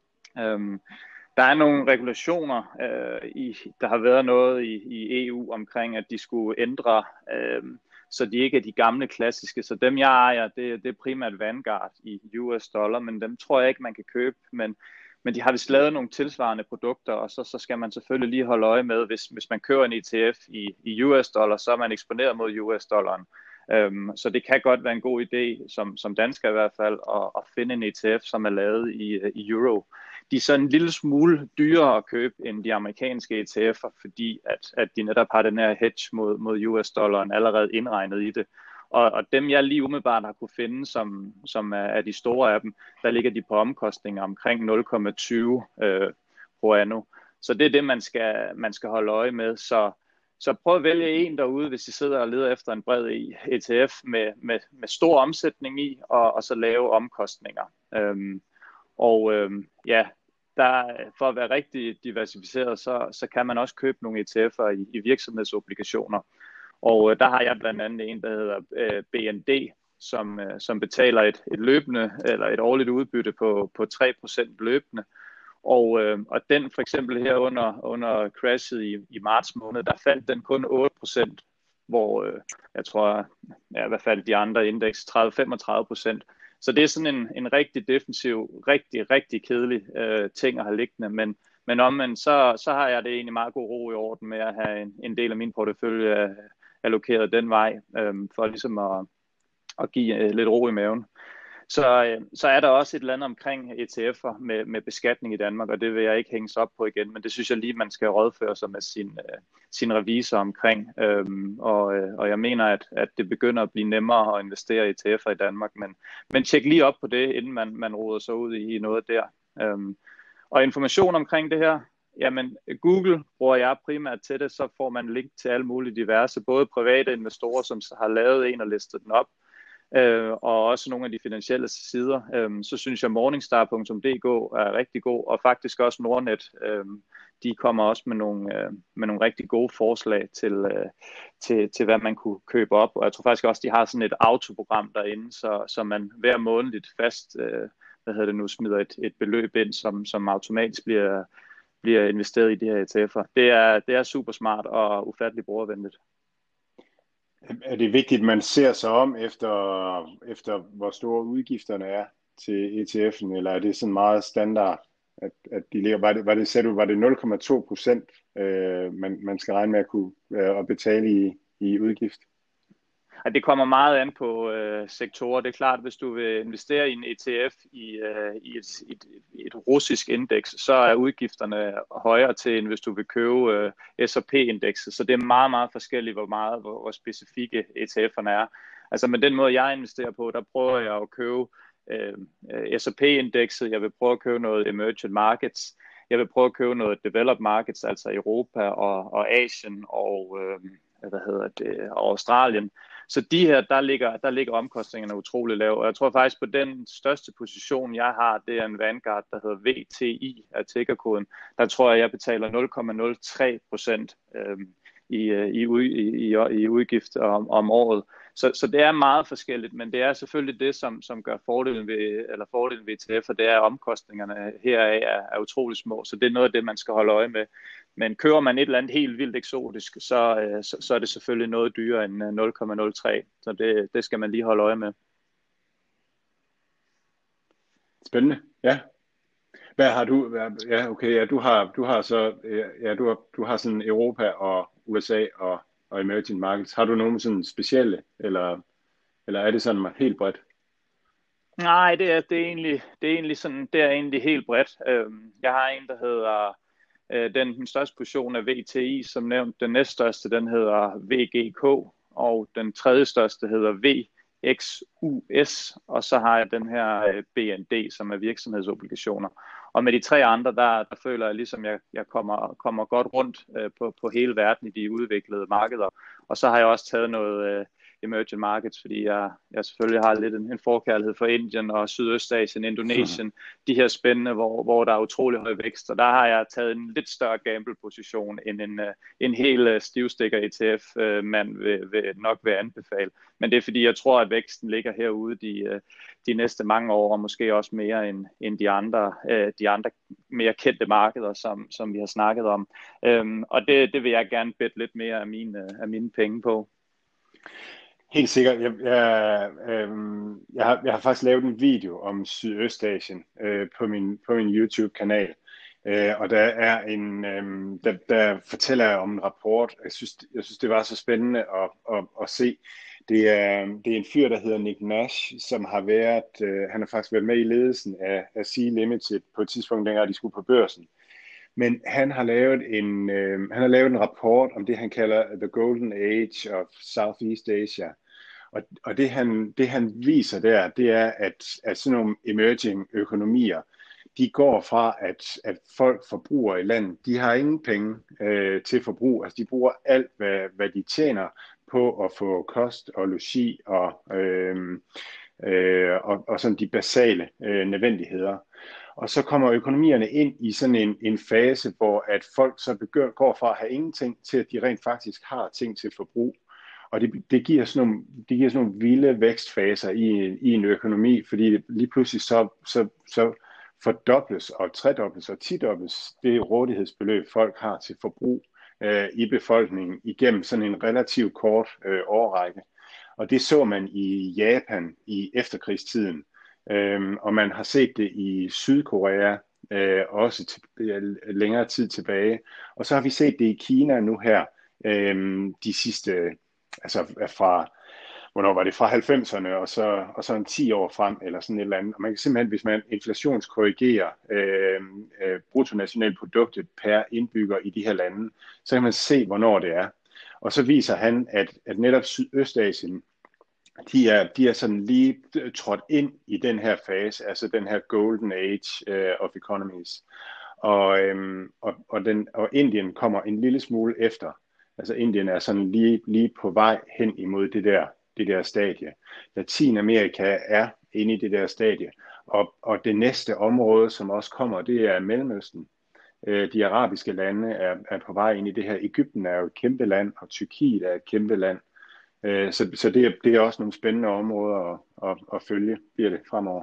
Um, der er nogle regulationer, uh, i, der har været noget i, i E U omkring, at de skulle ændre, uh, så de ikke er de gamle klassiske. Så dem jeg ejer, det, det er primært Vanguard i U S dollar, men dem tror jeg ikke, man kan købe, men Men de har vist lavet nogle tilsvarende produkter, og så, så skal man selvfølgelig lige holde øje med, hvis, hvis man køber en E T F i, i U S dollar, så er man eksponeret mod U S dollaren. Um, så det kan godt være en god idé, som, som dansker i hvert fald, at, at finde en E T F, som er lavet i, i euro. De er så en lille smule dyrere at købe end de amerikanske E T F'er, fordi at, at de netop har den her hedge mod, mod U S dollaren allerede indregnet i det. Og, og dem jeg lige umiddelbart har kunne finde, som, som er, er de store af dem, der ligger de på omkostninger omkring nul komma tyve øh, pro anno. Så det er det, man skal, man skal holde øje med. Så, så prøv at vælge en derude, hvis I sidder og leder efter en bred E T F med, med, med stor omsætning i, og, og så lave omkostninger. Øhm, og øhm, ja, der, for at være rigtig diversificeret, så, så kan man også købe nogle E T F'er i, i virksomhedsobligationer. Og øh, der har jeg blandt andet en, der hedder øh, B N D, som, øh, som betaler et, et løbende eller et årligt udbytte på, på tre procent løbende. Og, øh, og den for eksempel her under, under crashet i, i marts måned, der faldt den kun otte procent, hvor øh, jeg tror, ja, hvad faldt de andre indeks, tredive til femogtredive procent. Så det er sådan en, en rigtig defensiv, rigtig, rigtig kedelig øh, ting at have liggende, men men omvendt, så, så har jeg det egentlig meget god ro i orden med at have en, en del af min portefølje allokeret den vej, øhm, for ligesom at, at give øh, lidt ro i maven. Så, øh, så er der også et eller andet omkring E T F'er med, med beskatning i Danmark, og det vil jeg ikke hænges op på igen, men det synes jeg lige, man skal rådføre sig med sin, øh, sin revisor omkring. Øhm, og, øh, og jeg mener, at, at det begynder at blive nemmere at investere i E T F'er i Danmark, men, men tjek lige op på det, inden man, man roder sig ud i, i noget der. Øhm, og information omkring det her, jamen Google bruger jeg primært til det, så får man link til alle mulige diverse, både private investorer, som har lavet en og listet den op, øh, og også nogle af de finansielle sider. Øh, så synes jeg morningstar punktum d k er rigtig god, og faktisk også Nordnet, øh, de kommer også med nogle, øh, med nogle rigtig gode forslag til, øh, til, til, hvad man kunne købe op. Og jeg tror faktisk også, de har sådan et autoprogram derinde, så, så man hver månedligt fast, øh, hvad hedder det nu, smider et, et beløb ind, som, som automatisk bliver bliver investeret i de her E T F'er. Det er, det er super smart og ufatteligt brugervenligt. Er det vigtigt, at man ser sig om efter, efter hvor store udgifterne er til E T F'en, eller er det sådan meget standard, at, at de ligger, var det, var det, sagde du, var det nul komma to procent, øh, man, man skal regne med at kunne øh, at betale i, i udgift? Det kommer meget an på øh, sektorer. Det er klart, at hvis du vil investere i en E T F i, øh, i et, et, et russisk indeks, så er udgifterne højere til, end hvis du vil købe øh, S og P-indekset. Så det er meget, meget forskelligt, hvor meget, hvor, hvor specifikke E T F'erne er. Altså med den måde, jeg investerer på, der prøver jeg at købe øh, S og P-indekset. Jeg vil prøve at købe noget emerging markets. Jeg vil prøve at købe noget developed markets, altså Europa og, og Asien og, øh, hvad hedder det, og Australien. Så de her, der ligger, der ligger omkostningerne utrolig lav. Og jeg tror faktisk på den største position, jeg har, det er en Vanguard, der hedder V T I af tickerkoden. Der tror jeg, jeg betaler nul komma nul tre procent øh, i, i, i, i udgift om, om året. Så, så det er meget forskelligt, men det er selvfølgelig det, som, som gør fordelen ved, eller fordelen ved E T F, og det er, at omkostningerne heraf er, er utrolig små. Så det er noget af det, man skal holde øje med. Men køber man et eller andet helt vildt eksotisk, så, så, så er det selvfølgelig noget dyrere end nul komma nul tre. Så det, det skal man lige holde øje med. Spændende, ja. Hvad har du? Ja, okay, ja, du har, du har så, ja, du har, du har sådan Europa og U S A og, og emerging markets. Har du nogen sådan specielle, eller, eller er det sådan helt bredt? Nej, det er, det er egentlig, det er egentlig sådan, det er egentlig helt bredt. Øhm, jeg har en, der hedder, øh, den, den største position er V T I, som nævnt. Den næststørste, den hedder V G K, og den tredje største hedder V X U S, og så har jeg den her øh, B N D, som er virksomhedsobligationer. Og med de tre andre, der, der føler jeg ligesom, jeg, jeg kommer, kommer godt rundt øh, på, på hele verden i de udviklede markeder. Og så har jeg også taget noget øh, emerging markets, fordi jeg, jeg selvfølgelig har lidt en, en forkærlighed for Indien og Sydøstasien, Indonesien, de her spændende, hvor, hvor der er utrolig høj vækst. Og der har jeg taget en lidt større gamble-position end en, en hel stivstikker E T F-mand vil, vil nok vil anbefale. Men det er fordi, jeg tror, at væksten ligger herude de, de næste mange år, og måske også mere end, end de, andre, de andre mere kendte markeder, som, som vi har snakket om. Og det, det vil jeg gerne bette lidt mere af mine, af mine penge på. Helt sikkert. Jeg, jeg, øh, jeg, har, jeg har faktisk lavet en video om Sydøstasien øh, på min, på min YouTube-kanal. Øh, og der er en, øh, der, der fortæller jeg om en rapport. Jeg synes, jeg synes det var så spændende at, at, at se. Det er, det er en fyr, der hedder Nick Nash, som har været, øh, han har faktisk været med i ledelsen af, af Sea Limited på et tidspunkt, dengang de skulle på børsen. Men han har lavet en, øh, han har lavet en rapport om det, han kalder The Golden Age of Southeast Asia. Og, og det, han, det han viser der, det er, at, at sådan nogle emerging økonomier, de går fra, at, at folk forbruger i landet, de har ingen penge øh, til forbrug. Altså de bruger alt, hvad, hvad de tjener på at få kost og logi og, øh, øh, og, og sådan de basale øh, nødvendigheder. Og så kommer økonomierne ind i sådan en, en fase, hvor at folk så begynder, går fra at have ingenting til, at de rent faktisk har ting til forbrug. Og det, det, giver sådan nogle, det giver sådan nogle vilde vækstfaser i, i en økonomi, fordi lige pludselig så, så, så fordobles og tredobles og tidobles det rådighedsbeløb, folk har til forbrug øh, i befolkningen igennem sådan en relativt kort øh, årrække. Og det så man i Japan i efterkrigstiden, øhm, og man har set det i Sydkorea øh, også til, øh, længere tid tilbage. Og så har vi set det i Kina nu her øh, de sidste, altså fra, hvornår var det, fra halvfemserne og så, og så en ti år frem, eller sådan et eller andet. Og man kan simpelthen, hvis man inflationskorrigerer øh, øh, bruttonationalproduktet per indbygger i de her lande, så kan man se, hvornår det er. Og så viser han, at, at netop Sydøstasien, de er, de er sådan lige trådt ind i den her fase, altså den her golden age uh, of economies. Og, øhm, og, og, den, og Indien kommer en lille smule efter. Altså Indien er sådan lige, lige på vej hen imod det der, det der stadie. Latinamerika er inde i det der stadie. Og, og det næste område, som også kommer, det er Mellemøsten. De arabiske lande er, er på vej ind i det her. Egypten er jo et kæmpe land, og Tyrkiet er et kæmpe land. Så, så det, er, det er også nogle spændende områder at, at, at følge, bliver det fremover.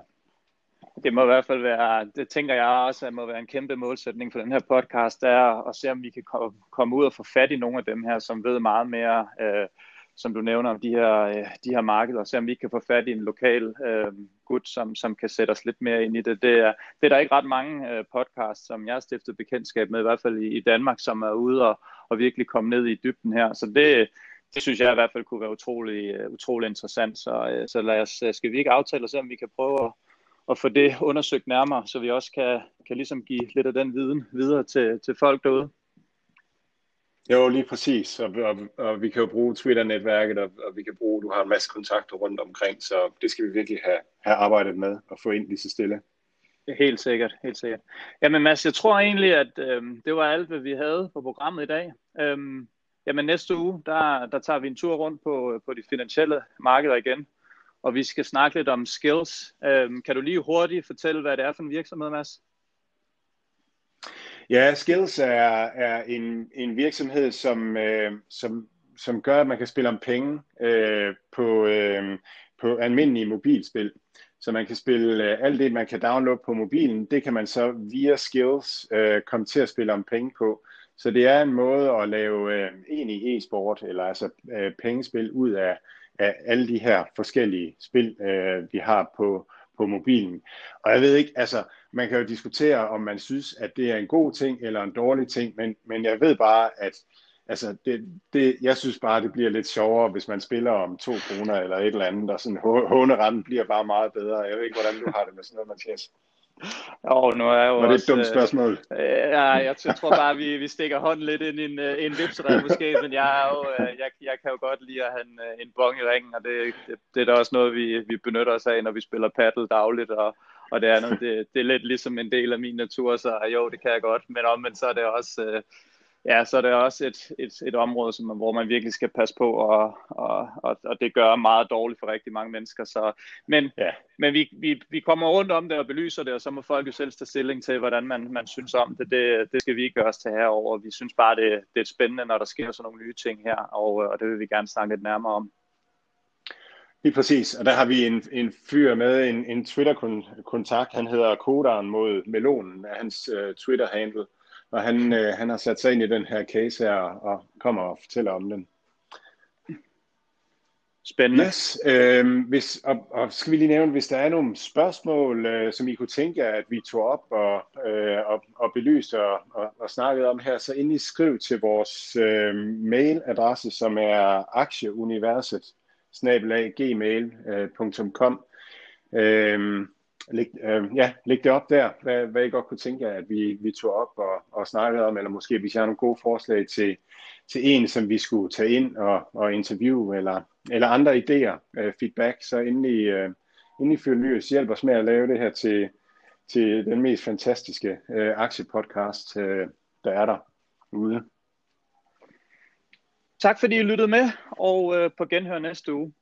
Det må i hvert fald være, det tænker jeg også, at må være en kæmpe målsætning for den her podcast, det er at se, om vi kan komme ud og få fat i nogle af dem her, som ved meget mere, øh, som du nævner, om de her, øh, de her markeder, og se, om vi kan få fat i en lokal øh, gut, som, som kan sætte os lidt mere ind i det. Det er, det er der ikke ret mange øh, podcasts, som jeg har stiftet bekendtskab med, i hvert fald i, i Danmark, som er ude og, og virkelig komme ned i dybden her. Så det Det synes jeg i hvert fald kunne være utrolig, utrolig interessant, så, så lad os, skal vi ikke aftale os, om vi kan prøve at, at få det undersøgt nærmere, så vi også kan, kan ligesom give lidt af den viden videre til, til folk derude. Jo, lige præcis, og, og, og vi kan jo bruge Twitter-netværket, og, og vi kan bruge, du har en masse kontakter rundt omkring, så det skal vi virkelig have, have arbejdet med og få ind lige så stille. Helt sikkert, helt sikkert. Jamen Mads, jeg tror egentlig, at øhm, det var alt, hvad vi havde på programmet i dag. Øhm, Jamen næste uge, der, der tager vi en tur rundt på, på de finansielle markeder igen, og vi skal snakke lidt om skills. Øhm, kan du lige hurtigt fortælle, hvad det er for en virksomhed, Mads? Ja, Skills er, er en, en virksomhed, som, øh, som, som gør, at man kan spille om penge øh, på, øh, på almindelige mobilspil. Så man kan spille øh, alt det, man kan downloade på mobilen, det kan man så via Skills øh, komme til at spille om penge på. Så det er en måde at lave øh, egentlig e-sport, eller altså øh, pengespil ud af, af alle de her forskellige spil, øh, vi har på, på mobilen. Og jeg ved ikke, altså man kan jo diskutere, om man synes, at det er en god ting eller en dårlig ting, men, men jeg ved bare, at, altså det, det, jeg synes bare, det bliver lidt sjovere, hvis man spiller om to kroner eller et eller andet, og sådan håneranden bliver bare meget bedre. Jeg ved ikke, hvordan du har det med sådan noget, Mathias. Jo, nu er jeg jo Var det et også... dumt spørgsmål? Øh, ja, jeg, jeg tror bare, vi, vi stikker hånden lidt ind i en, øh, en vipseret måske, men jeg, er jo, øh, jeg, jeg kan jo godt lide at have en, øh, en bong i ringen, og det, det, det er da også noget, vi, vi benytter os af, når vi spiller paddle dagligt, og, og det andet, det, det er lidt ligesom en del af min natur, så jo, det kan jeg godt, men omvendt så er det også... Øh, Ja, så er det også et, et, et område, som, hvor man virkelig skal passe på, og, og, og, og det gør meget dårligt for rigtig mange mennesker. Så, men Ja. men vi, vi, vi kommer rundt om det og belyser det, og så må folk jo selv tage stilling til, hvordan man, man synes om det. det. Det skal vi ikke gøre os til herover. Vi synes bare, det, det er spændende, når der sker sådan nogle nye ting her, og, og det vil vi gerne snakke lidt nærmere om. Lige præcis, og der har vi en, en fyr med, en, en Twitter-kontakt. Han hedder Kodaren mod Melonen, af hans uh, Twitter-handle. Og han, øh, han har sat sig ind i den her case her, og kommer og fortæller om den. Spændende. Yes, øh, hvis, og, og skal vi lige nævne, hvis der er nogle spørgsmål, øh, som I kunne tænke, at vi tog op og, øh, og, og belyste og, og, og snakkede om her, så endelig skriv til vores øh, mailadresse, som er aktieuniverset snabel-a gmail punktum com. Øh, Læg, øh, ja, læg det op der, hvad, hvad I godt kunne tænke, at vi, vi tog op og, og snakkede om, eller måske hvis jeg har nogle gode forslag til, til en, som vi skulle tage ind og, og interviewe, eller, eller andre idéer, øh, feedback, så endelig, øh, endelig fyr løs, hjælp os med at lave det her til, til den mest fantastiske øh, aktiepodcast, øh, der er der ude. Tak fordi I lyttede med, og øh, på genhør næste uge.